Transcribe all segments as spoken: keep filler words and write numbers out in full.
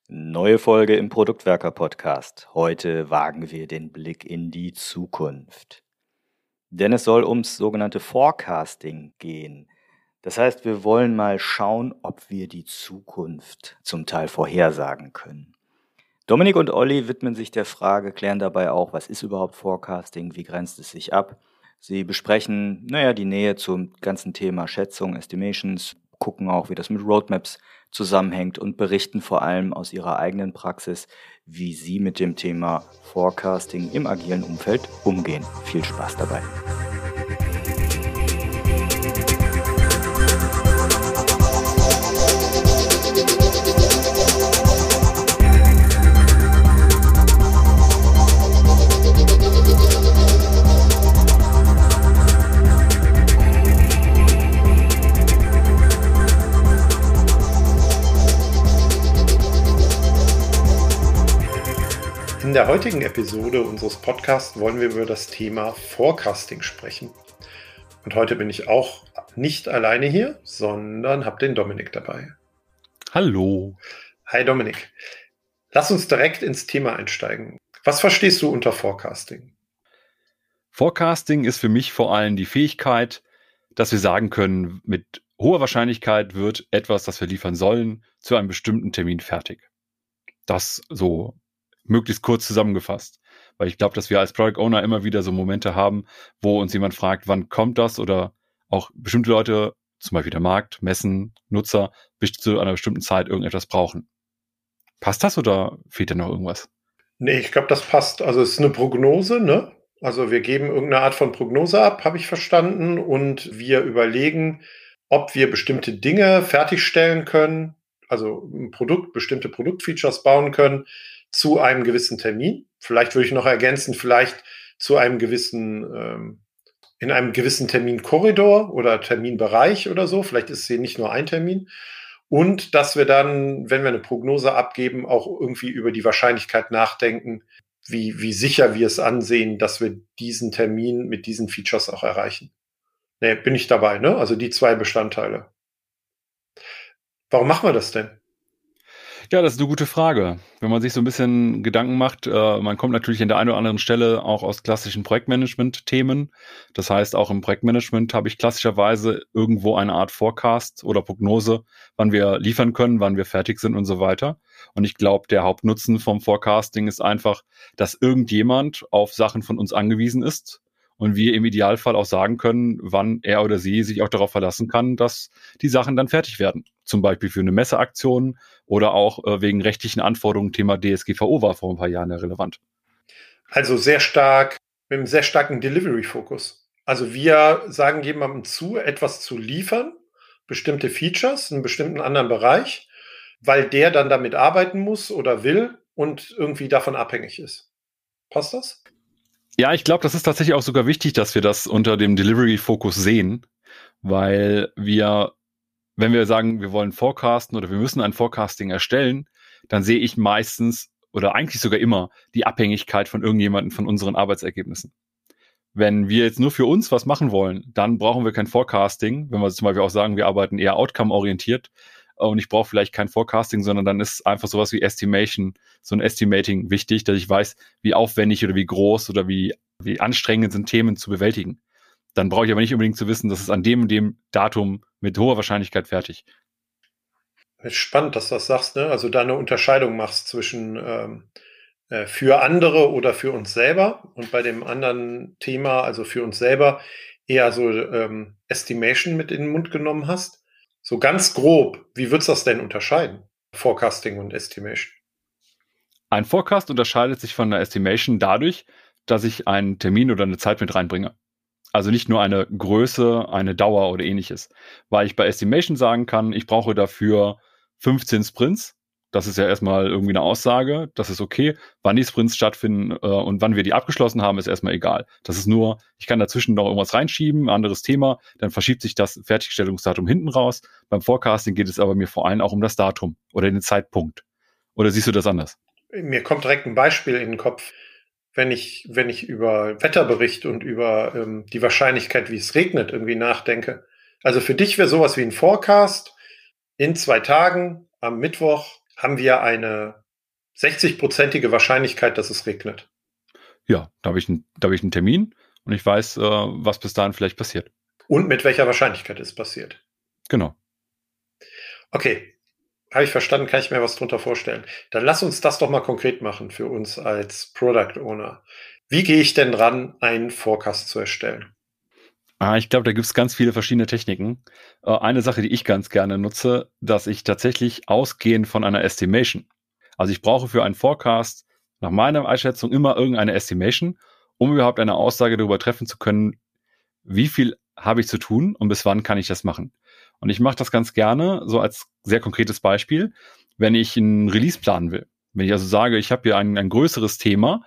Neue Folge im Produktwerker-Podcast. Heute wagen wir den Blick in die Zukunft. Denn es soll ums sogenannte Forecasting gehen. Das heißt, wir wollen mal schauen, ob wir die Zukunft zum Teil vorhersagen können. Dominik und Olli widmen sich der Frage, klären dabei auch, was ist überhaupt Forecasting, wie grenzt es sich ab. Sie besprechen, naja, die Nähe zum ganzen Thema Schätzung, Estimations, gucken auch, wie das mit Roadmaps zusammenhängt und berichten vor allem aus ihrer eigenen Praxis, wie sie mit dem Thema Forecasting im agilen Umfeld umgehen. Viel Spaß dabei. In der heutigen Episode unseres Podcasts wollen wir über das Thema Forecasting sprechen. Und heute bin ich auch nicht alleine hier, sondern habe den Dominik dabei. Hallo. Hi Dominik. Lass uns direkt ins Thema einsteigen. Was verstehst du unter Forecasting? Forecasting ist für mich vor allem die Fähigkeit, dass wir sagen können, mit hoher Wahrscheinlichkeit wird etwas, das wir liefern sollen, zu einem bestimmten Termin fertig. Das so möglichst kurz zusammengefasst. Weil ich glaube, dass wir als Product Owner immer wieder so Momente haben, wo uns jemand fragt, wann kommt das? Oder auch bestimmte Leute, zum Beispiel der Markt, Messen, Nutzer, bis zu einer bestimmten Zeit irgendetwas brauchen. Passt das oder fehlt da noch irgendwas? Nee, ich glaube, das passt. Also es ist eine Prognose, ne? Also wir geben irgendeine Art von Prognose ab, habe ich verstanden. Und wir überlegen, ob wir bestimmte Dinge fertigstellen können, also ein Produkt, bestimmte Produktfeatures bauen können, zu einem gewissen Termin. Vielleicht würde ich noch ergänzen, vielleicht zu einem gewissen, ähm, in einem gewissen Terminkorridor oder Terminbereich oder so. Vielleicht ist es hier nicht nur ein Termin. Und dass wir dann, wenn wir eine Prognose abgeben, auch irgendwie über die Wahrscheinlichkeit nachdenken, wie, wie sicher wir es ansehen, dass wir diesen Termin mit diesen Features auch erreichen. Nee, bin ich dabei, ne? Also die zwei Bestandteile. Warum machen wir das denn? Ja, das ist eine gute Frage. Wenn man sich so ein bisschen Gedanken macht, äh, man kommt natürlich an der einen oder anderen Stelle auch aus klassischen Projektmanagement-Themen. Das heißt, auch im Projektmanagement habe ich klassischerweise irgendwo eine Art Forecast oder Prognose, wann wir liefern können, wann wir fertig sind und so weiter. Und ich glaube, der Hauptnutzen vom Forecasting ist einfach, dass irgendjemand auf Sachen von uns angewiesen ist und wir im Idealfall auch sagen können, wann er oder sie sich auch darauf verlassen kann, dass die Sachen dann fertig werden. Zum Beispiel für eine Messeaktion oder auch äh, wegen rechtlichen Anforderungen. Thema D S G V O war vor ein paar Jahren ja relevant. Also sehr stark, mit einem sehr starken Delivery-Fokus. Also wir sagen jemandem zu, etwas zu liefern, bestimmte Features, einen bestimmten anderen Bereich, weil der dann damit arbeiten muss oder will und irgendwie davon abhängig ist. Passt das? Ja, ich glaube, das ist tatsächlich auch sogar wichtig, dass wir das unter dem Delivery-Fokus sehen, weil wir, wenn wir sagen, wir wollen forecasten oder wir müssen ein Forecasting erstellen, dann sehe ich meistens oder eigentlich sogar immer die Abhängigkeit von irgendjemandem von unseren Arbeitsergebnissen. Wenn wir jetzt nur für uns was machen wollen, dann brauchen wir kein Forecasting, wenn wir zum Beispiel auch sagen, wir arbeiten eher outcome-orientiert und ich brauche vielleicht kein Forecasting, sondern dann ist einfach sowas wie Estimation, so ein Estimating wichtig, dass ich weiß, wie aufwendig oder wie groß oder wie, wie anstrengend sind Themen zu bewältigen. Dann brauche ich aber nicht unbedingt zu wissen, dass es an dem und dem Datum mit hoher Wahrscheinlichkeit fertig. Ist spannend, dass du das sagst, ne? Also da eine Unterscheidung machst zwischen ähm, äh, für andere oder für uns selber und bei dem anderen Thema, also für uns selber, eher so ähm, Estimation mit in den Mund genommen hast. So ganz grob, wie würdest du das denn unterscheiden? Forecasting und Estimation. Ein Forecast unterscheidet sich von einer Estimation dadurch, dass ich einen Termin oder eine Zeit mit reinbringe. Also nicht nur eine Größe, eine Dauer oder ähnliches. Weil ich bei Estimation sagen kann, ich brauche dafür fünfzehn Sprints. Das ist ja erstmal irgendwie eine Aussage. Das ist okay. Wann die Sprints stattfinden äh, und wann wir die abgeschlossen haben, ist erstmal egal. Das ist nur, ich kann dazwischen noch irgendwas reinschieben, ein anderes Thema. Dann verschiebt sich das Fertigstellungsdatum hinten raus. Beim Forecasting geht es aber mir vor allem auch um das Datum oder den Zeitpunkt. Oder siehst du das anders? Mir kommt direkt ein Beispiel in den Kopf. Wenn ich, wenn ich über Wetterbericht und über ähm, die Wahrscheinlichkeit, wie es regnet, irgendwie nachdenke. Also für dich wäre sowas wie ein Forecast in zwei Tagen am Mittwoch haben wir eine sechzig-prozentige Wahrscheinlichkeit, dass es regnet. Ja, da habe ich, ein, da hab ich einen Termin und ich weiß, äh, was bis dahin vielleicht passiert. Und mit welcher Wahrscheinlichkeit es passiert. Genau. Okay, habe ich verstanden, kann ich mir was drunter vorstellen. Dann lass uns das doch mal konkret machen für uns als Product Owner. Wie gehe ich denn ran, einen Forecast zu erstellen? Ah, ich glaube, da gibt es ganz viele verschiedene Techniken. Äh, eine Sache, die ich ganz gerne nutze, dass ich tatsächlich ausgehend von einer Estimation, also ich brauche für einen Forecast nach meiner Einschätzung immer irgendeine Estimation, um überhaupt eine Aussage darüber treffen zu können, wie viel habe ich zu tun und bis wann kann ich das machen. Und ich mache das ganz gerne, so als sehr konkretes Beispiel, wenn ich einen Release planen will. Wenn ich also sage, ich habe hier ein, ein größeres Thema,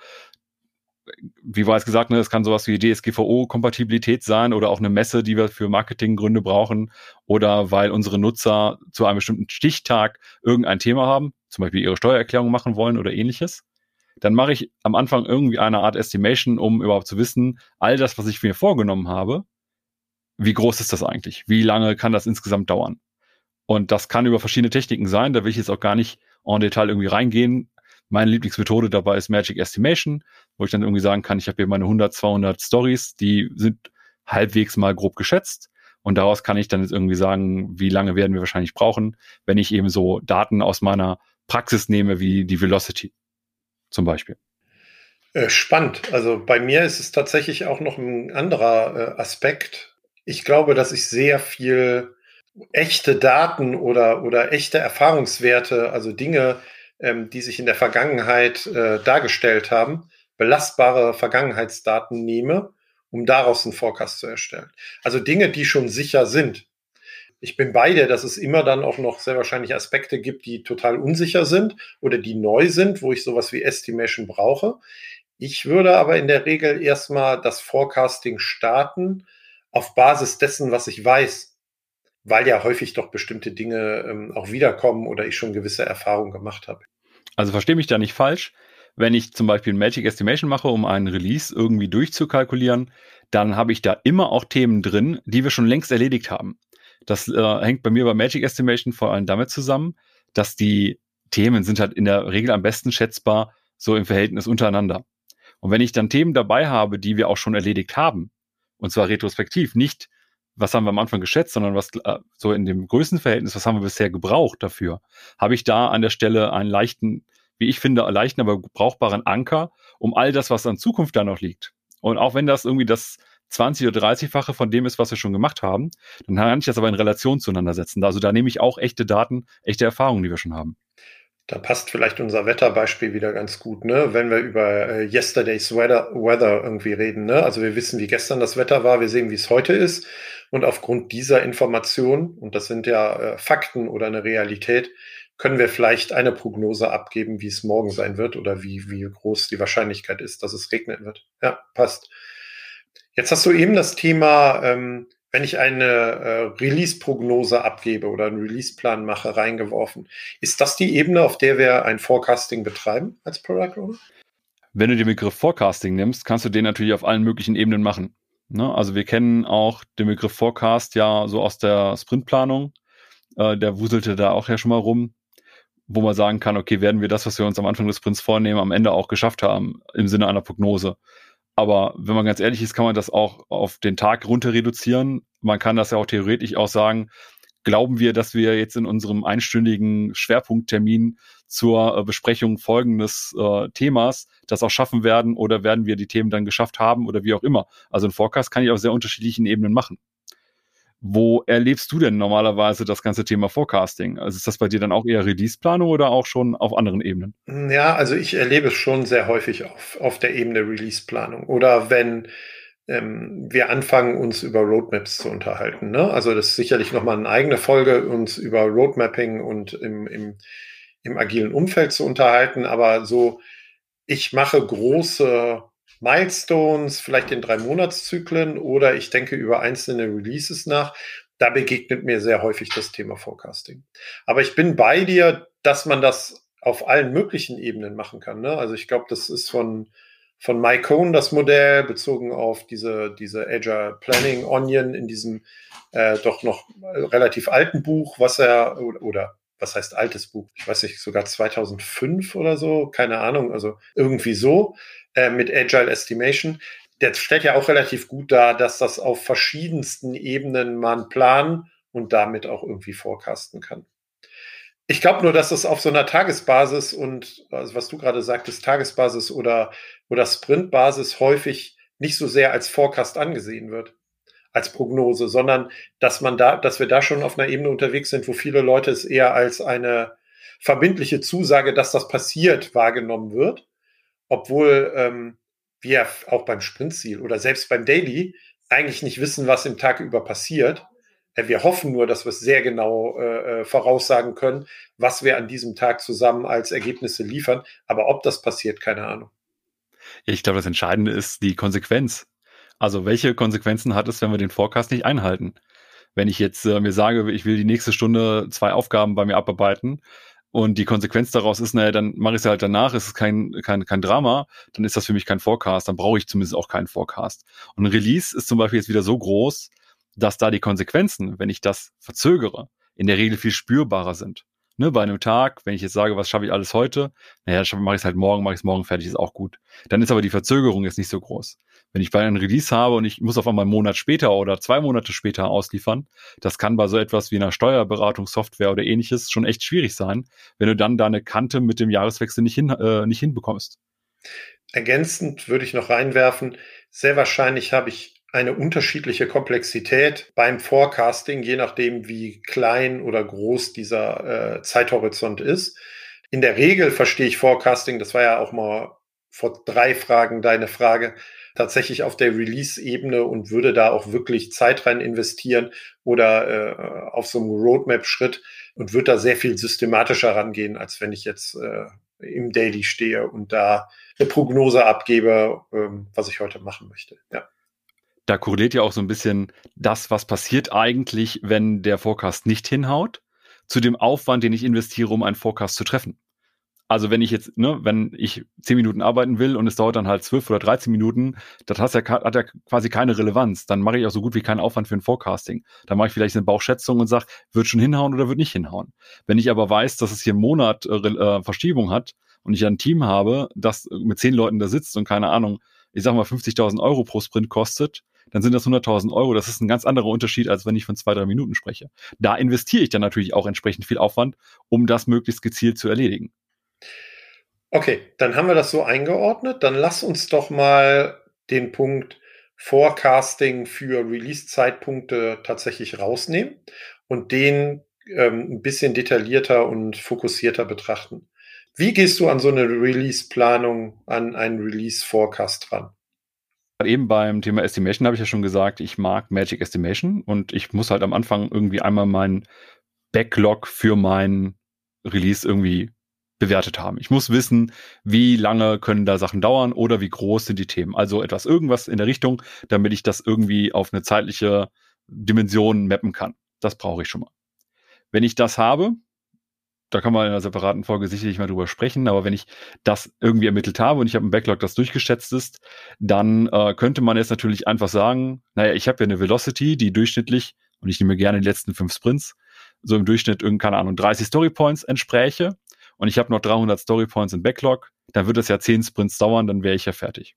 wie war es gesagt, ne, es kann sowas wie D S G V O-Kompatibilität sein oder auch eine Messe, die wir für Marketinggründe brauchen oder weil unsere Nutzer zu einem bestimmten Stichtag irgendein Thema haben, zum Beispiel ihre Steuererklärung machen wollen oder ähnliches. Dann mache ich am Anfang irgendwie eine Art Estimation, um überhaupt zu wissen, all das, was ich mir vorgenommen habe, wie groß ist das eigentlich? Wie lange kann das insgesamt dauern? Und das kann über verschiedene Techniken sein, da will ich jetzt auch gar nicht en Detail irgendwie reingehen. Meine Lieblingsmethode dabei ist Magic Estimation, wo ich dann irgendwie sagen kann, ich habe hier meine hundert, zweihundert Stories, die sind halbwegs mal grob geschätzt und daraus kann ich dann jetzt irgendwie sagen, wie lange werden wir wahrscheinlich brauchen, wenn ich eben so Daten aus meiner Praxis nehme, wie die Velocity zum Beispiel. Äh, spannend. Also bei mir ist es tatsächlich auch noch ein anderer äh, Aspekt. Ich glaube, dass ich sehr viel echte Daten oder, oder echte Erfahrungswerte, also Dinge, ähm, die sich in der Vergangenheit äh, dargestellt haben, belastbare Vergangenheitsdaten nehme, um daraus einen Forecast zu erstellen. Also Dinge, die schon sicher sind. Ich bin bei dir, dass es immer dann auch noch sehr wahrscheinlich Aspekte gibt, die total unsicher sind oder die neu sind, wo ich sowas wie Estimation brauche. Ich würde aber in der Regel erstmal das Forecasting starten auf Basis dessen, was ich weiß, weil ja häufig doch bestimmte Dinge ähm, auch wiederkommen oder ich schon gewisse Erfahrungen gemacht habe. Also verstehe mich da nicht falsch. Wenn ich zum Beispiel ein Magic Estimation mache, um einen Release irgendwie durchzukalkulieren, dann habe ich da immer auch Themen drin, die wir schon längst erledigt haben. Das äh, hängt bei mir bei Magic Estimation vor allem damit zusammen, dass die Themen sind halt in der Regel am besten schätzbar so im Verhältnis untereinander. Und wenn ich dann Themen dabei habe, die wir auch schon erledigt haben, und zwar retrospektiv, nicht was haben wir am Anfang geschätzt, sondern was äh, so in dem Größenverhältnis, was haben wir bisher gebraucht dafür, habe ich da an der Stelle einen leichten, wie ich finde, leichten, aber brauchbaren Anker, um all das, was an Zukunft da noch liegt. Und auch wenn das irgendwie das zwanzig- oder dreißig-fache von dem ist, was wir schon gemacht haben, dann kann ich das aber in Relation zueinander setzen. Also da nehme ich auch echte Daten, echte Erfahrungen, die wir schon haben. Da passt vielleicht unser Wetterbeispiel wieder ganz gut, ne? Wenn wir über äh, Yesterday's Weather, Weather irgendwie reden, ne? Also wir wissen, wie gestern das Wetter war, wir sehen, wie es heute ist. Und aufgrund dieser Information, und das sind ja äh, Fakten oder eine Realität, können wir vielleicht eine Prognose abgeben, wie es morgen sein wird oder wie, wie groß die Wahrscheinlichkeit ist, dass es regnen wird. Ja, passt. Jetzt hast du eben das Thema, ähm, wenn ich eine äh, Release-Prognose abgebe oder einen Release-Plan mache, reingeworfen. Ist das die Ebene, auf der wir ein Forecasting betreiben als Product Owner? Wenn du den Begriff Forecasting nimmst, kannst du den natürlich auf allen möglichen Ebenen machen. Ne? Also wir kennen auch den Begriff Forecast ja so aus der Sprintplanung. Äh, der wuselte da auch ja schon mal rum, wo man sagen kann, okay, werden wir das, was wir uns am Anfang des Sprints vornehmen, am Ende auch geschafft haben, im Sinne einer Prognose. Aber wenn man ganz ehrlich ist, kann man das auch auf den Tag runter reduzieren. Man kann das ja auch theoretisch auch sagen, glauben wir, dass wir jetzt in unserem einstündigen Schwerpunkttermin zur äh, Besprechung folgendes äh, Themas das auch schaffen werden oder werden wir die Themen dann geschafft haben oder wie auch immer. Also ein Forecast kann ich auf sehr unterschiedlichen Ebenen machen. Wo erlebst du denn normalerweise das ganze Thema Forecasting? Also ist das bei dir dann auch eher Release-Planung oder auch schon auf anderen Ebenen? Ja, also ich erlebe es schon sehr häufig auf, auf der Ebene Release-Planung. Oder wenn ähm, wir anfangen, uns über Roadmaps zu unterhalten. Ne? Also das ist sicherlich nochmal eine eigene Folge, uns über Roadmapping und im, im, im agilen Umfeld zu unterhalten. Aber so, ich mache große Milestones, vielleicht in drei Monatszyklen oder ich denke über einzelne Releases nach. Da begegnet mir sehr häufig das Thema Forecasting. Aber ich bin bei dir, dass man das auf allen möglichen Ebenen machen kann. Ne? Also ich glaube, das ist von, von Mike Cohn das Modell, bezogen auf diese, diese Agile Planning Onion in diesem äh, doch noch relativ alten Buch, was er oder was heißt altes Buch? Ich weiß nicht, sogar zweitausendfünf oder so, keine Ahnung, also irgendwie so, äh, mit Agile Estimation. Der stellt ja auch relativ gut dar, dass das auf verschiedensten Ebenen man planen und damit auch irgendwie forecasten kann. Ich glaube nur, dass das auf so einer Tagesbasis und, also was du gerade sagtest, Tagesbasis oder, oder Sprintbasis häufig nicht so sehr als Forecast angesehen wird, als Prognose, sondern dass man da, dass wir da schon auf einer Ebene unterwegs sind, wo viele Leute es eher als eine verbindliche Zusage, dass das passiert, wahrgenommen wird, obwohl ähm, wir auch beim Sprintziel oder selbst beim Daily eigentlich nicht wissen, was im Tag über passiert. Wir hoffen nur, dass wir es sehr genau äh, voraussagen können, was wir an diesem Tag zusammen als Ergebnisse liefern. Aber ob das passiert, keine Ahnung. Ich glaube, das Entscheidende ist die Konsequenz. Also welche Konsequenzen hat es, wenn wir den Forecast nicht einhalten? Wenn ich jetzt äh, mir sage, ich will die nächste Stunde zwei Aufgaben bei mir abarbeiten und die Konsequenz daraus ist, naja, dann mache ich es halt danach, es ist kein, kein, kein Drama, dann ist das für mich kein Forecast, dann brauche ich zumindest auch keinen Forecast. Und ein Release ist zum Beispiel jetzt wieder so groß, dass da die Konsequenzen, wenn ich das verzögere, in der Regel viel spürbarer sind. Ne, bei einem Tag, wenn ich jetzt sage, was schaffe ich alles heute, naja, mache ich es halt morgen, mache ich es morgen fertig, ist auch gut. Dann ist aber die Verzögerung jetzt nicht so groß. Wenn ich bei einem Release habe und ich muss auf einmal einen Monat später oder zwei Monate später ausliefern, das kann bei so etwas wie einer Steuerberatungssoftware oder ähnliches schon echt schwierig sein, wenn du dann deine Kante mit dem Jahreswechsel nicht, hin, äh, nicht hinbekommst. Ergänzend würde ich noch reinwerfen, sehr wahrscheinlich habe ich eine unterschiedliche Komplexität beim Forecasting, je nachdem, wie klein oder groß dieser äh, Zeithorizont ist. In der Regel verstehe ich Forecasting, das war ja auch mal vor drei Fragen deine Frage, tatsächlich auf der Release-Ebene und würde da auch wirklich Zeit rein investieren oder äh, auf so einem Roadmap-Schritt und würde da sehr viel systematischer rangehen, als wenn ich jetzt äh, im Daily stehe und da eine Prognose abgebe, ähm, was ich heute machen möchte. Ja. Da korreliert ja auch so ein bisschen das, was passiert eigentlich, wenn der Forecast nicht hinhaut, zu dem Aufwand, den ich investiere, um einen Forecast zu treffen. Also wenn ich jetzt, ne, wenn ich zehn Minuten arbeiten will und es dauert dann halt zwölf oder dreizehn Minuten, das hat ja, hat ja quasi keine Relevanz. Dann mache ich auch so gut wie keinen Aufwand für ein Forecasting. Dann mache ich vielleicht eine Bauchschätzung und sage, wird schon hinhauen oder wird nicht hinhauen. Wenn ich aber weiß, dass es hier einen Monat äh, Verschiebung hat und ich ein Team habe, das mit zehn Leuten da sitzt und keine Ahnung, ich sag mal fünfzigtausend Euro pro Sprint kostet, dann sind das hunderttausend Euro. Das ist ein ganz anderer Unterschied, als wenn ich von zwei, drei Minuten spreche. Da investiere ich dann natürlich auch entsprechend viel Aufwand, um das möglichst gezielt zu erledigen. Okay, dann haben wir das so eingeordnet. Dann lass uns doch mal den Punkt Forecasting für Release-Zeitpunkte tatsächlich rausnehmen und den ähm, ein bisschen detaillierter und fokussierter betrachten. Wie gehst du an so eine Release-Planung, an einen Release-Forecast ran? Eben beim Thema Estimation habe ich ja schon gesagt, ich mag Magic Estimation und ich muss halt am Anfang irgendwie einmal meinen Backlog für mein Release irgendwie bewertet haben. Ich muss wissen, wie lange können da Sachen dauern oder wie groß sind die Themen. Also etwas, irgendwas in der Richtung, damit ich das irgendwie auf eine zeitliche Dimension mappen kann. Das brauche ich schon mal. Wenn ich das habe, da kann man in einer separaten Folge sicherlich mal drüber sprechen, aber wenn ich das irgendwie ermittelt habe und ich habe einen Backlog, das durchgeschätzt ist, dann äh, könnte man jetzt natürlich einfach sagen, naja, ich habe ja eine Velocity, die durchschnittlich, und ich nehme gerne die letzten fünf Sprints, so im Durchschnitt, keine Ahnung, dreißig Storypoints entspräche und ich habe noch dreihundert Storypoints im Backlog, dann wird das ja zehn Sprints dauern, dann wäre ich ja fertig.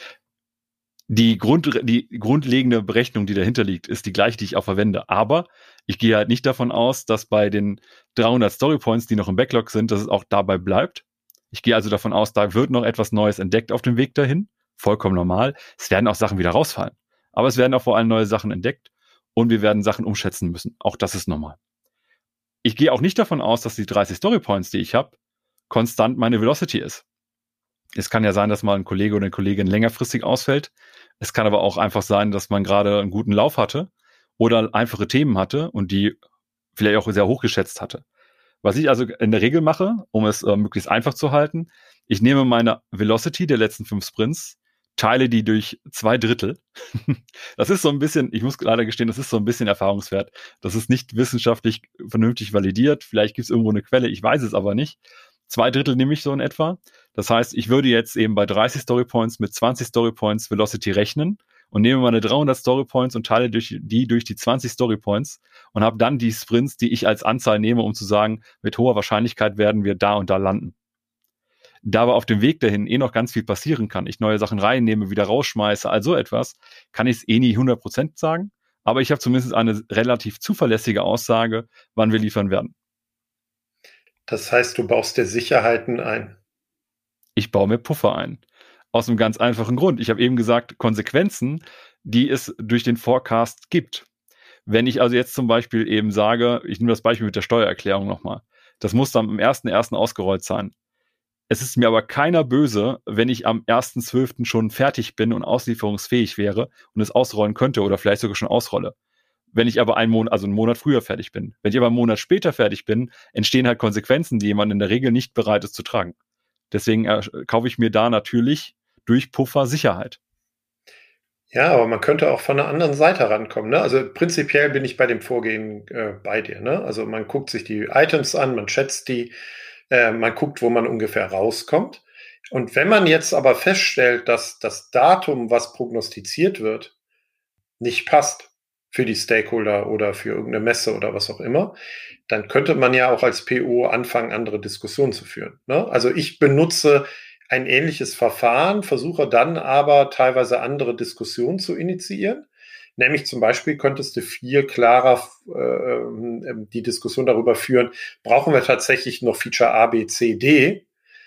Die, Grund, die grundlegende Berechnung, die dahinter liegt, ist die gleiche, die ich auch verwende. Aber ich gehe halt nicht davon aus, dass bei den dreihundert Storypoints, die noch im Backlog sind, dass es auch dabei bleibt. Ich gehe also davon aus, da wird noch etwas Neues entdeckt auf dem Weg dahin. Vollkommen normal. Es werden auch Sachen wieder rausfallen. Aber es werden auch vor allem neue Sachen entdeckt und wir werden Sachen umschätzen müssen. Auch das ist normal. Ich gehe auch nicht davon aus, dass die dreißig Storypoints, die ich habe, konstant meine Velocity ist. Es kann ja sein, dass mal ein Kollege oder eine Kollegin längerfristig ausfällt. Es kann aber auch einfach sein, dass man gerade einen guten Lauf hatte oder einfache Themen hatte und die vielleicht auch sehr hoch geschätzt hatte. Was ich also in der Regel mache, um es äh, möglichst einfach zu halten, ich nehme meine Velocity der letzten fünf Sprints, teile die durch zwei Drittel. Das ist so ein bisschen, ich muss leider gestehen, das ist so ein bisschen erfahrungswert. Das ist nicht wissenschaftlich vernünftig validiert. Vielleicht gibt es irgendwo eine Quelle, ich weiß es aber nicht. Zwei Drittel nehme ich so in etwa. Das heißt, ich würde jetzt eben bei dreißig Storypoints mit zwanzig Storypoints Velocity rechnen und nehme meine dreihundert Storypoints und teile durch, die durch die zwanzig Storypoints und habe dann die Sprints, die ich als Anzahl nehme, um zu sagen, mit hoher Wahrscheinlichkeit werden wir da und da landen. Da aber auf dem Weg dahin eh noch ganz viel passieren kann, ich neue Sachen reinnehme, wieder rausschmeiße, also etwas, kann ich es eh nie hundert Prozent sagen, aber ich habe zumindest eine relativ zuverlässige Aussage, wann wir liefern werden. Das heißt, du baust dir Sicherheiten ein. Ich baue mir Puffer ein. Aus einem ganz einfachen Grund. Ich habe eben gesagt, Konsequenzen, die es durch den Forecast gibt. Wenn ich also jetzt zum Beispiel eben sage, ich nehme das Beispiel mit der Steuererklärung nochmal, das muss dann am ersten ersten ausgerollt sein. Es ist mir aber keiner böse, wenn ich am ersten zwölften schon fertig bin und auslieferungsfähig wäre und es ausrollen könnte oder vielleicht sogar schon ausrolle. Wenn ich aber einen Monat, also einen Monat früher fertig bin. Wenn ich aber einen Monat später fertig bin, entstehen halt Konsequenzen, die jemand in der Regel nicht bereit ist zu tragen. Deswegen äh, kaufe ich mir da natürlich durch Puffer Sicherheit. Ja, aber man könnte auch von einer anderen Seite rankommen. Ne? Also prinzipiell bin ich bei dem Vorgehen äh, bei dir. Ne? Also man guckt sich die Items an, man schätzt die, äh, man guckt, wo man ungefähr rauskommt. Und wenn man jetzt aber feststellt, dass das Datum, was prognostiziert wird, nicht passt für die Stakeholder oder für irgendeine Messe oder was auch immer, dann könnte man ja auch als P O anfangen, andere Diskussionen zu führen. Ne? Also ich benutze ein ähnliches Verfahren, versuche dann aber teilweise andere Diskussionen zu initiieren. Nämlich zum Beispiel könntest du viel klarer äh, die Diskussion darüber führen, brauchen wir tatsächlich noch Feature A, B, C, D,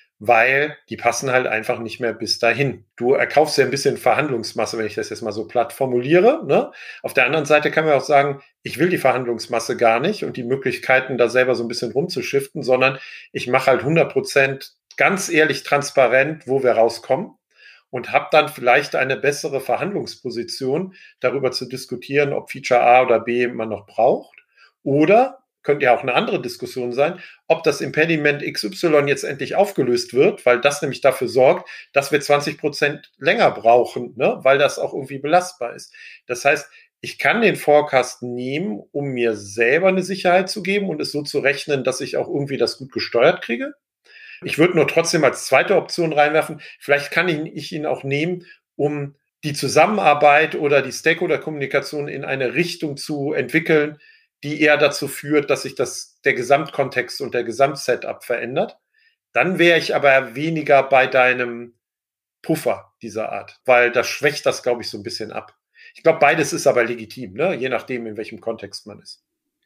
weil die passen halt einfach nicht mehr bis dahin. Du erkaufst ja ein bisschen Verhandlungsmasse, wenn ich das jetzt mal so platt formuliere. Ne? Auf der anderen Seite kann man auch sagen, ich will die Verhandlungsmasse gar nicht und die Möglichkeiten, da selber so ein bisschen rumzuschiften, sondern ich mache halt hundert Prozent ganz ehrlich transparent, wo wir rauskommen und habe dann vielleicht eine bessere Verhandlungsposition, darüber zu diskutieren, ob Feature A oder B man noch braucht. Oder könnte ja auch eine andere Diskussion sein, ob das Impediment X Y jetzt endlich aufgelöst wird, weil das nämlich dafür sorgt, dass wir zwanzig Prozent länger brauchen, ne? Weil das auch irgendwie belastbar ist. Das heißt, ich kann den Forecast nehmen, um mir selber eine Sicherheit zu geben und es so zu rechnen, dass ich auch irgendwie das gut gesteuert kriege. Ich würde nur trotzdem als zweite Option reinwerfen, vielleicht kann ich ihn auch nehmen, um die Zusammenarbeit oder die Stakeholder-Kommunikation in eine Richtung zu entwickeln, die eher dazu führt, dass sich das, der Gesamtkontext und der Gesamtsetup verändert. Dann wäre ich aber weniger bei deinem Puffer dieser Art, weil das schwächt das, glaube ich, so ein bisschen ab. Ich glaube, beides ist aber legitim, ne? Je nachdem, in welchem Kontext man ist.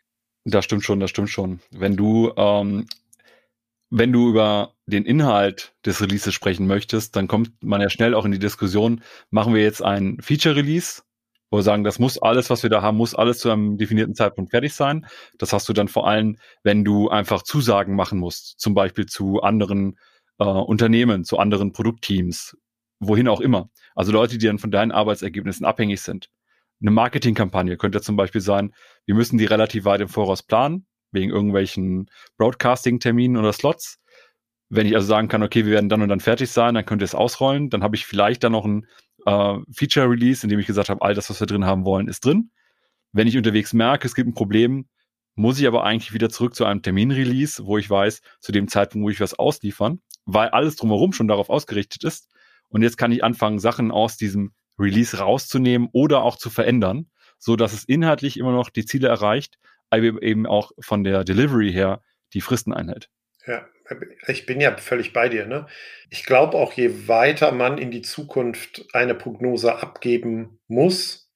Das stimmt schon, das stimmt schon. Wenn du ähm, wenn du über den Inhalt des Releases sprechen möchtest, dann kommt man ja schnell auch in die Diskussion, machen wir jetzt ein Feature-Release, wo wir sagen, das muss alles, was wir da haben, muss alles zu einem definierten Zeitpunkt fertig sein. Das hast du dann vor allem, wenn du einfach Zusagen machen musst, zum Beispiel zu anderen äh, Unternehmen, zu anderen Produktteams, wohin auch immer. Also Leute, die dann von deinen Arbeitsergebnissen abhängig sind. Eine Marketingkampagne könnte zum Beispiel sein, wir müssen die relativ weit im Voraus planen, wegen irgendwelchen Broadcasting-Terminen oder Slots. Wenn ich also sagen kann, okay, wir werden dann und dann fertig sein, dann könnt ihr es ausrollen, dann habe ich vielleicht dann noch ein äh, Feature-Release, in dem ich gesagt habe, all das, was wir drin haben wollen, ist drin. Wenn ich unterwegs merke, es gibt ein Problem, muss ich aber eigentlich wieder zurück zu einem Termin-Release, wo ich weiß, zu dem Zeitpunkt, wo ich was ausliefern, weil alles drumherum schon darauf ausgerichtet ist. Und jetzt kann ich anfangen, Sachen aus diesem Release rauszunehmen oder auch zu verändern, so dass es inhaltlich immer noch die Ziele erreicht, aber eben auch von der Delivery her die Fristen einhält. Ja, ich bin ja völlig bei dir. Ne? Ich glaube auch, je weiter man in die Zukunft eine Prognose abgeben muss,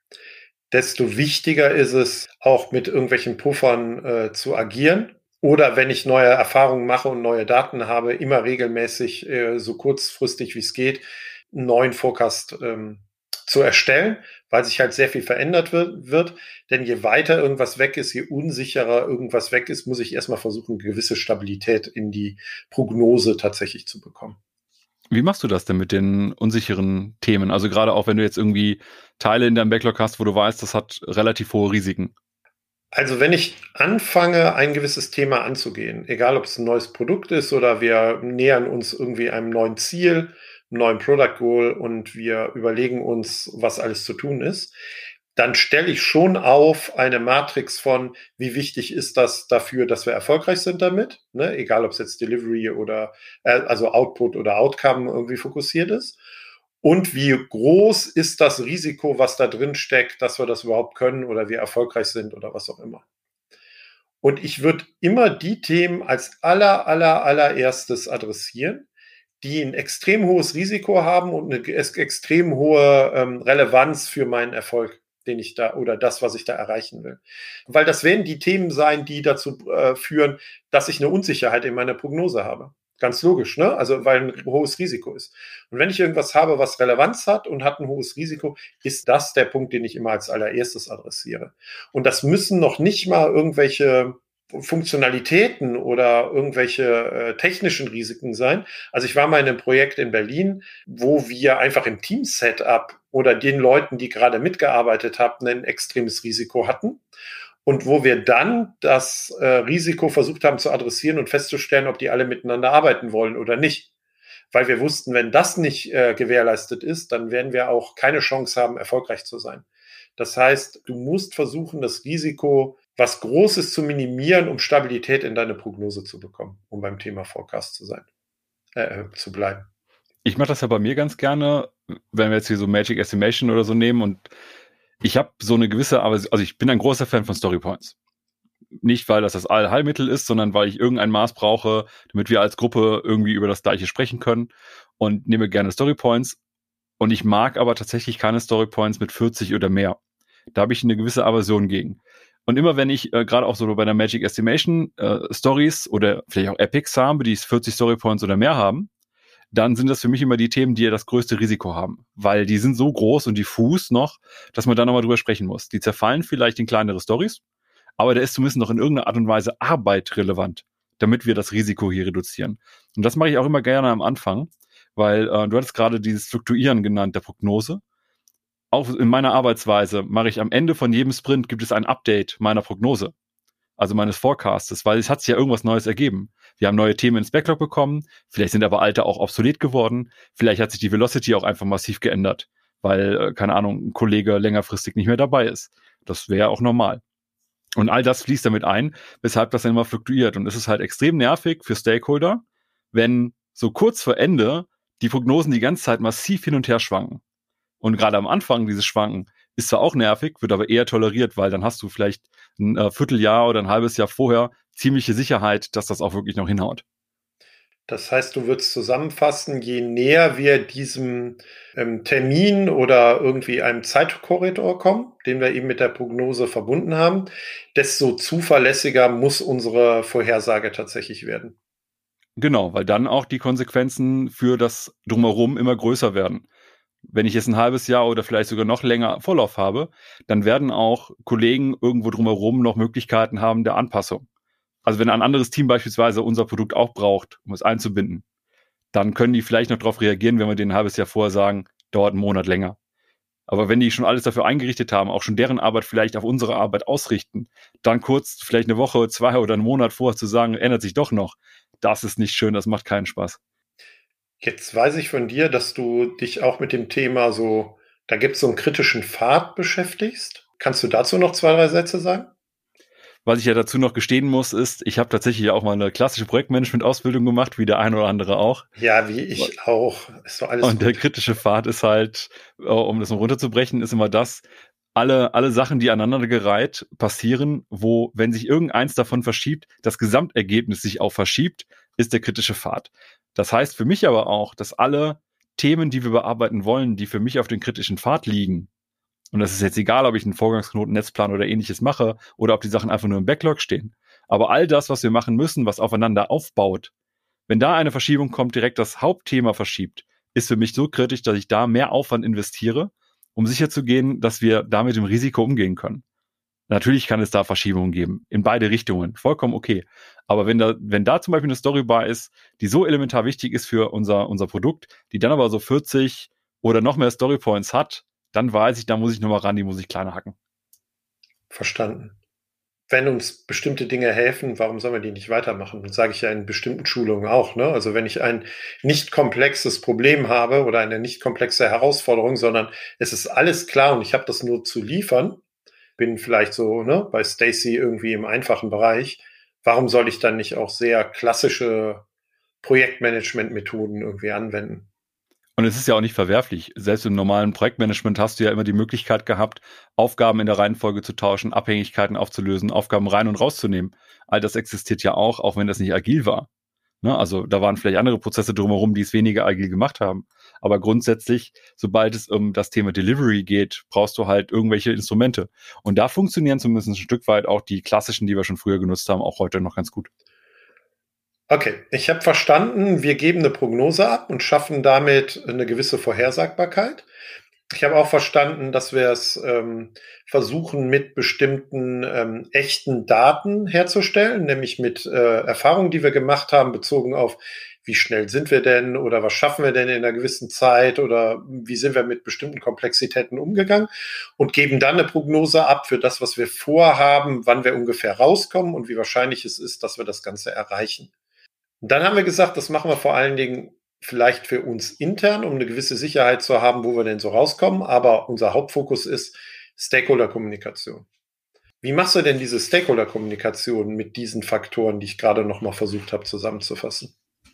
desto wichtiger ist es, auch mit irgendwelchen Puffern äh, zu agieren. Oder wenn ich neue Erfahrungen mache und neue Daten habe, immer regelmäßig, äh, so kurzfristig wie es geht, einen neuen Forecast ähm, zu erstellen, weil sich halt sehr viel verändert wird, wird. Denn je weiter irgendwas weg ist, je unsicherer irgendwas weg ist, muss ich erstmal versuchen, eine gewisse Stabilität in die Prognose tatsächlich zu bekommen. Wie machst du das denn mit den unsicheren Themen? Also gerade auch, wenn du jetzt irgendwie Teile in deinem Backlog hast, wo du weißt, das hat relativ hohe Risiken. Also wenn ich anfange, ein gewisses Thema anzugehen, egal ob es ein neues Produkt ist oder wir nähern uns irgendwie einem neuen Ziel, einem neuen Product Goal und wir überlegen uns, was alles zu tun ist, dann stelle ich schon auf eine Matrix von, wie wichtig ist das dafür, dass wir erfolgreich sind damit, ne? Egal ob es jetzt Delivery oder äh, also Output oder Outcome irgendwie fokussiert ist. und wie groß ist das Risiko, was da drin steckt, dass wir das überhaupt können oder wir erfolgreich sind oder was auch immer. Und ich würde immer die Themen als aller, aller, allererstes adressieren, die ein extrem hohes Risiko haben und eine extrem hohe ähm, Relevanz für meinen Erfolg, den ich da oder das, was ich da erreichen will. Weil das werden die Themen sein, die dazu äh, führen, dass ich eine Unsicherheit in meiner Prognose habe. Ganz logisch, ne? Also weil ein hohes Risiko ist. Und wenn ich irgendwas habe, was Relevanz hat und hat ein hohes Risiko, ist das der Punkt, den ich immer als allererstes adressiere. Und das müssen noch nicht mal irgendwelche Funktionalitäten oder irgendwelche äh, technischen Risiken sein. Also ich war mal in einem Projekt in Berlin, wo wir einfach im Team-Setup oder den Leuten, die gerade mitgearbeitet haben, ein extremes Risiko hatten. Und wo wir dann das äh, Risiko versucht haben zu adressieren und festzustellen, ob die alle miteinander arbeiten wollen oder nicht. Weil wir wussten, wenn das nicht äh, gewährleistet ist, dann werden wir auch keine Chance haben, erfolgreich zu sein. Das heißt, du musst versuchen, das Risiko, was Großes zu minimieren, um Stabilität in deine Prognose zu bekommen, um beim Thema Forecast zu sein, äh, zu bleiben. Ich mache das ja bei mir ganz gerne, wenn wir jetzt hier so Magic Estimation oder so nehmen, und ich habe so eine gewisse, also ich bin ein großer Fan von Storypoints. Nicht, weil das das Allheilmittel ist, sondern weil ich irgendein Maß brauche, damit wir als Gruppe irgendwie über das Gleiche sprechen können, und nehme gerne Storypoints. Und ich mag aber tatsächlich keine Storypoints mit vierzig oder mehr. Da habe ich eine gewisse Aversion gegen. Und immer wenn ich äh, gerade auch so bei der Magic Estimation äh, Stories oder vielleicht auch Epics habe, die vierzig Storypoints oder mehr haben, dann sind das für mich immer die Themen, die ja das größte Risiko haben. Weil die sind so groß und diffus noch, dass man da nochmal drüber sprechen muss. Die zerfallen vielleicht in kleinere Stories, aber der ist zumindest noch in irgendeiner Art und Weise Arbeit relevant, damit wir das Risiko hier reduzieren. Und das mache ich auch immer gerne am Anfang, weil äh, du hattest gerade dieses Fluktuieren genannt, der Prognose. Auch in meiner Arbeitsweise mache ich am Ende von jedem Sprint gibt es ein Update meiner Prognose, also meines Forecastes, weil es hat sich ja irgendwas Neues ergeben. Wir haben neue Themen ins Backlog bekommen, vielleicht sind aber alte auch obsolet geworden, vielleicht hat sich die Velocity auch einfach massiv geändert, weil, keine Ahnung, ein Kollege längerfristig nicht mehr dabei ist. Das wäre auch normal. Und all das fließt damit ein, weshalb das dann immer fluktuiert. Und es ist halt extrem nervig für Stakeholder, wenn so kurz vor Ende die Prognosen die ganze Zeit massiv hin und her schwanken. Und gerade am Anfang dieses Schwanken ist zwar auch nervig, wird aber eher toleriert, weil dann hast du vielleicht ein äh, Vierteljahr oder ein halbes Jahr vorher ziemliche Sicherheit, dass das auch wirklich noch hinhaut. Das heißt, du würdest zusammenfassen, je näher wir diesem ähm, Termin oder irgendwie einem Zeitkorridor kommen, den wir eben mit der Prognose verbunden haben, desto zuverlässiger muss unsere Vorhersage tatsächlich werden. Genau, weil dann auch die Konsequenzen für das Drumherum immer größer werden. Wenn ich jetzt ein halbes Jahr oder vielleicht sogar noch länger Vorlauf habe, dann werden auch Kollegen irgendwo drumherum noch Möglichkeiten haben der Anpassung. Also wenn ein anderes Team beispielsweise unser Produkt auch braucht, um es einzubinden, dann können die vielleicht noch darauf reagieren, wenn wir denen ein halbes Jahr vorher sagen, dauert einen Monat länger. Aber wenn die schon alles dafür eingerichtet haben, auch schon deren Arbeit vielleicht auf unsere Arbeit ausrichten, dann kurz vielleicht eine Woche, zwei oder einen Monat vorher zu sagen, ändert sich doch noch, das ist nicht schön, das macht keinen Spaß. Jetzt weiß ich von dir, dass du dich auch mit dem Thema so, da gibt es so einen kritischen Pfad beschäftigst. Kannst du dazu noch zwei, drei Sätze sagen? Was ich ja dazu noch gestehen muss, ist, ich habe tatsächlich auch mal eine klassische Projektmanagement-Ausbildung gemacht, wie der ein oder andere auch. Ja, wie ich auch. Ist doch alles Und gut. Der kritische Pfad ist halt, um das mal runterzubrechen, ist immer das, alle, alle Sachen, die aneinandergereiht passieren, wo, wenn sich irgendeins davon verschiebt, das Gesamtergebnis sich auch verschiebt, ist der kritische Pfad. Das heißt für mich aber auch, dass alle Themen, die wir bearbeiten wollen, die für mich auf dem kritischen Pfad liegen, und das ist jetzt egal, ob ich einen Vorgangsknoten, Netzplan oder ähnliches mache oder ob die Sachen einfach nur im Backlog stehen. Aber all das, was wir machen müssen, was aufeinander aufbaut, wenn da eine Verschiebung kommt, direkt das Hauptthema verschiebt, ist für mich so kritisch, dass ich da mehr Aufwand investiere, um sicherzugehen, dass wir da mit dem Risiko umgehen können. Natürlich kann es da Verschiebungen geben, in beide Richtungen, vollkommen okay. Aber wenn da, wenn da zum Beispiel eine Storybar ist, die so elementar wichtig ist für unser, unser Produkt, die dann aber so vierzig oder noch mehr Storypoints hat, dann weiß ich, da muss ich nochmal ran, die muss ich kleiner hacken. Verstanden. Wenn uns bestimmte Dinge helfen, warum sollen wir die nicht weitermachen? Das sage ich ja in bestimmten Schulungen auch. Ne? Also wenn ich ein nicht komplexes Problem habe oder eine nicht komplexe Herausforderung, sondern es ist alles klar und ich habe das nur zu liefern, bin vielleicht so ne, bei Stacy irgendwie im einfachen Bereich, warum soll ich dann nicht auch sehr klassische Projektmanagement-Methoden irgendwie anwenden? Und es ist ja auch nicht verwerflich. Selbst im normalen Projektmanagement hast du ja immer die Möglichkeit gehabt, Aufgaben in der Reihenfolge zu tauschen, Abhängigkeiten aufzulösen, Aufgaben rein und rauszunehmen. All das existiert ja auch, auch wenn das nicht agil war. Ne? Also da waren vielleicht andere Prozesse drumherum, die es weniger agil gemacht haben. Aber grundsätzlich, sobald es um das Thema Delivery geht, brauchst du halt irgendwelche Instrumente. Und da funktionieren zumindest ein Stück weit auch die klassischen, die wir schon früher genutzt haben, auch heute noch ganz gut. Okay, ich habe verstanden, wir geben eine Prognose ab und schaffen damit eine gewisse Vorhersagbarkeit. Ich habe auch verstanden, dass wir es ähm, versuchen, mit bestimmten ähm, echten Daten herzustellen, nämlich mit äh, Erfahrungen, die wir gemacht haben, bezogen auf, wie schnell sind wir denn oder was schaffen wir denn in einer gewissen Zeit oder wie sind wir mit bestimmten Komplexitäten umgegangen und geben dann eine Prognose ab für das, was wir vorhaben, wann wir ungefähr rauskommen und wie wahrscheinlich es ist, dass wir das Ganze erreichen. Und dann haben wir gesagt, das machen wir vor allen Dingen vielleicht für uns intern, um eine gewisse Sicherheit zu haben, wo wir denn so rauskommen. Aber unser Hauptfokus ist Stakeholder-Kommunikation. Wie machst du denn diese Stakeholder-Kommunikation mit diesen Faktoren, die ich gerade noch mal versucht habe zusammenzufassen?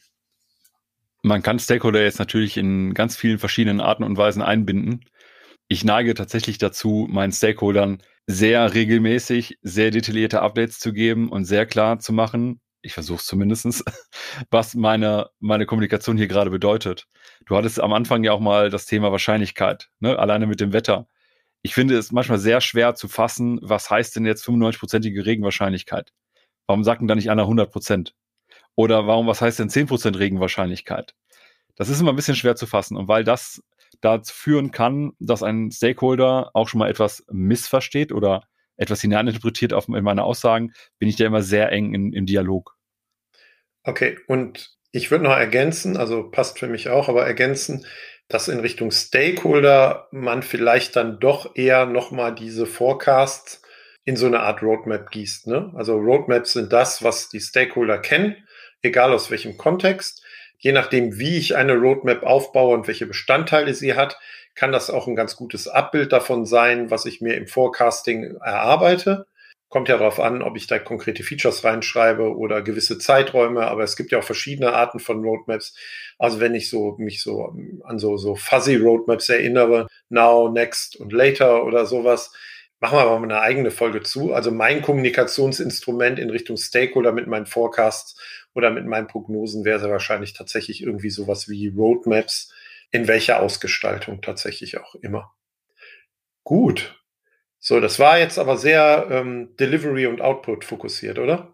Man kann Stakeholder jetzt natürlich in ganz vielen verschiedenen Arten und Weisen einbinden. Ich neige tatsächlich dazu, meinen Stakeholdern sehr regelmäßig, sehr detaillierte Updates zu geben und sehr klar zu machen, ich versuche es zumindest, was meine, meine Kommunikation hier gerade bedeutet. Du hattest am Anfang ja auch mal das Thema Wahrscheinlichkeit, ne? Alleine mit dem Wetter. Ich finde es manchmal sehr schwer zu fassen, was heißt denn jetzt fünfundneunzig-prozentige Regenwahrscheinlichkeit? Warum sagt denn da nicht einer hundert Prozent? Oder warum, was heißt denn zehn Prozent Regenwahrscheinlichkeit? Das ist immer ein bisschen schwer zu fassen. Und weil das dazu führen kann, dass ein Stakeholder auch schon mal etwas missversteht oder etwas hineininterpretiert auf, in meine Aussagen, bin ich da immer sehr eng in, im Dialog. Okay, und ich würde noch ergänzen, also passt für mich auch, aber ergänzen, dass in Richtung Stakeholder man vielleicht dann doch eher nochmal diese Forecasts in so eine Art Roadmap gießt. Ne? Also Roadmaps sind das, was die Stakeholder kennen, egal aus welchem Kontext. Je nachdem, wie ich eine Roadmap aufbaue und welche Bestandteile sie hat, kann das auch ein ganz gutes Abbild davon sein, was ich mir im Forecasting erarbeite. Kommt ja darauf an, ob ich da konkrete Features reinschreibe oder gewisse Zeiträume, aber es gibt ja auch verschiedene Arten von Roadmaps. Also wenn ich so mich so an so, so fuzzy Roadmaps erinnere, Now, Next und Later oder sowas, machen wir aber mal eine eigene Folge zu. Also mein Kommunikationsinstrument in Richtung Stakeholder mit meinen Forecasts oder mit meinen Prognosen wäre sehr wahrscheinlich tatsächlich irgendwie sowas wie Roadmaps, in welcher Ausgestaltung tatsächlich auch immer. Gut. So, das war jetzt aber sehr ähm, Delivery und Output fokussiert, oder?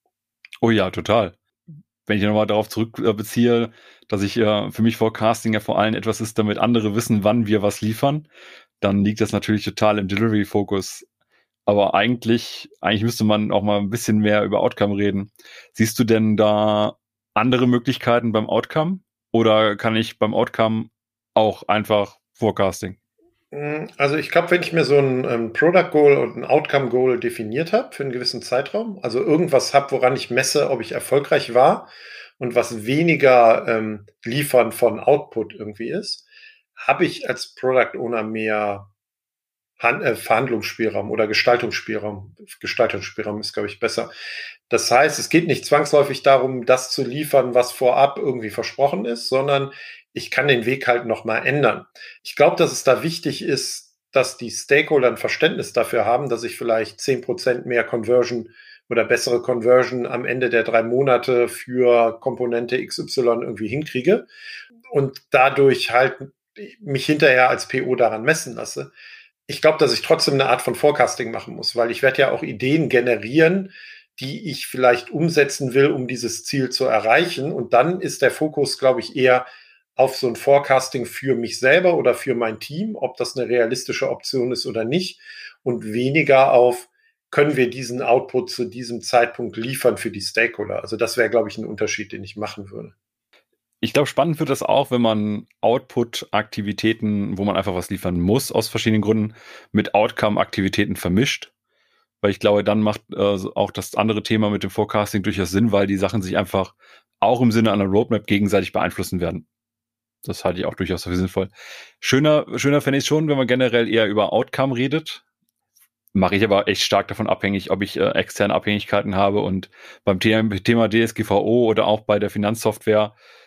Oh ja, total. Wenn ich nochmal darauf zurückbeziehe, dass ich äh, für mich Forecasting ja vor allem etwas ist, damit andere wissen, wann wir was liefern, dann liegt das natürlich total im Delivery-Fokus. Aber eigentlich, eigentlich müsste man auch mal ein bisschen mehr über Outcome reden. Siehst du denn da andere Möglichkeiten beim Outcome? Oder kann ich beim Outcome auch einfach Forecasting? Also ich glaube, wenn ich mir so ein ähm, Product Goal und ein Outcome Goal definiert habe für einen gewissen Zeitraum, also irgendwas habe, woran ich messe, ob ich erfolgreich war und was weniger ähm, Liefern von Output irgendwie ist, habe ich als Product Owner mehr Han- äh, Verhandlungsspielraum oder Gestaltungsspielraum. Gestaltungsspielraum ist, glaube ich, besser. Das heißt, es geht nicht zwangsläufig darum, das zu liefern, was vorab irgendwie versprochen ist, sondern ich kann den Weg halt nochmal ändern. Ich glaube, dass es da wichtig ist, dass die Stakeholder ein Verständnis dafür haben, dass ich vielleicht zehn Prozent mehr Conversion oder bessere Conversion am Ende der drei Monate für Komponente X Y irgendwie hinkriege und dadurch halt mich hinterher als P O daran messen lasse. Ich glaube, dass ich trotzdem eine Art von Forecasting machen muss, weil ich werde ja auch Ideen generieren, die ich vielleicht umsetzen will, um dieses Ziel zu erreichen. Und dann ist der Fokus, glaube ich, eher auf so ein Forecasting für mich selber oder für mein Team, ob das eine realistische Option ist oder nicht. Und weniger auf, können wir diesen Output zu diesem Zeitpunkt liefern für die Stakeholder. Also das wäre, glaube ich, ein Unterschied, den ich machen würde. Ich glaube, spannend wird das auch, wenn man Output-Aktivitäten, wo man einfach was liefern muss, aus verschiedenen Gründen, mit Outcome-Aktivitäten vermischt. Weil ich glaube, dann macht äh, auch das andere Thema mit dem Forecasting durchaus Sinn, weil die Sachen sich einfach auch im Sinne einer Roadmap gegenseitig beeinflussen werden. Das halte ich auch durchaus für sinnvoll. Schöner, schöner fände ich es schon, wenn man generell eher über Outcome redet. Mache ich aber echt stark davon abhängig, ob ich äh, externe Abhängigkeiten habe. Und beim Thema, Thema D S G V O oder auch bei der Finanzsoftware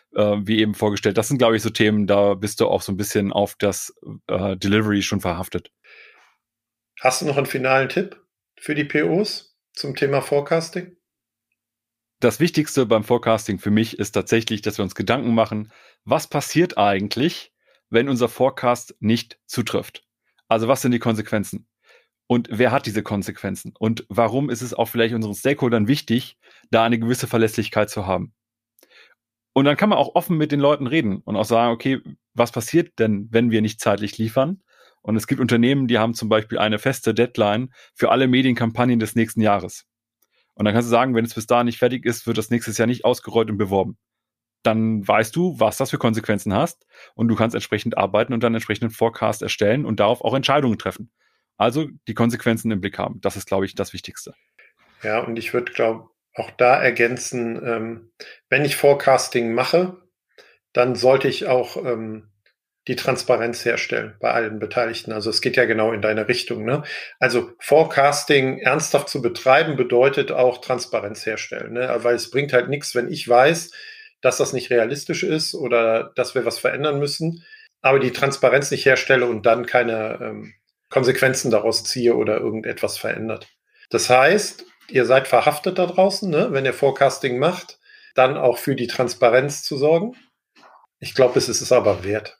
äh, wie eben vorgestellt. Das sind, glaube ich, so Themen, da bist du auch so ein bisschen auf das äh, Delivery schon verhaftet. Hast du noch einen finalen Tipp für die P Os zum Thema Forecasting? Das Wichtigste beim Forecasting für mich ist tatsächlich, dass wir uns Gedanken machen, was passiert eigentlich, wenn unser Forecast nicht zutrifft? Also was sind die Konsequenzen? Und wer hat diese Konsequenzen? Und warum ist es auch vielleicht unseren Stakeholdern wichtig, da eine gewisse Verlässlichkeit zu haben? Und dann kann man auch offen mit den Leuten reden und auch sagen, okay, was passiert denn, wenn wir nicht zeitlich liefern? Und es gibt Unternehmen, die haben zum Beispiel eine feste Deadline für alle Medienkampagnen des nächsten Jahres. Und dann kannst du sagen, wenn es bis dahin nicht fertig ist, wird das nächstes Jahr nicht ausgerollt und beworben. Dann weißt du, was das für Konsequenzen hast und du kannst entsprechend arbeiten und dann entsprechenden Forecast erstellen und darauf auch Entscheidungen treffen. Also die Konsequenzen im Blick haben. Das ist, glaube ich, das Wichtigste. Ja, und ich würde, glaube auch da ergänzen, ähm, wenn ich Forecasting mache, dann sollte ich auch ähm, die Transparenz herstellen bei allen Beteiligten. Also es geht ja genau in deine Richtung, ne? Also Forecasting ernsthaft zu betreiben bedeutet auch Transparenz herstellen, ne? Weil es bringt halt nichts, wenn ich weiß, dass das nicht realistisch ist oder dass wir was verändern müssen, aber die Transparenz nicht herstelle und dann keine ähm, Konsequenzen daraus ziehe oder irgendetwas verändert. Das heißt, ihr seid verhaftet da draußen, ne? Wenn ihr Forecasting macht, dann auch für die Transparenz zu sorgen. Ich glaube, es ist es aber wert.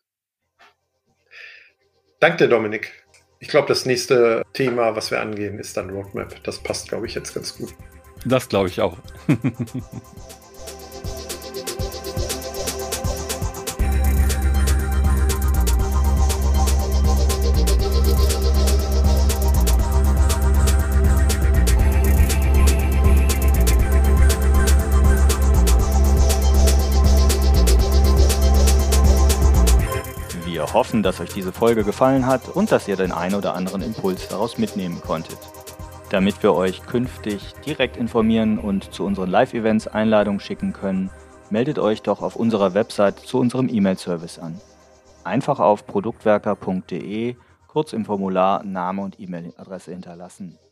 Danke dir, Dominik. Ich glaube, das nächste Thema, was wir angehen, ist dann Roadmap. Das passt, glaube ich, jetzt ganz gut. Das glaube ich auch. Wir hoffen, dass euch diese Folge gefallen hat und dass ihr den ein oder anderen Impuls daraus mitnehmen konntet. Damit wir euch künftig direkt informieren und zu unseren Live-Events Einladungen schicken können, meldet euch doch auf unserer Website zu unserem E-Mail-Service an. Einfach auf produktwerker punkt de kurz im Formular Name und E-Mail-Adresse hinterlassen.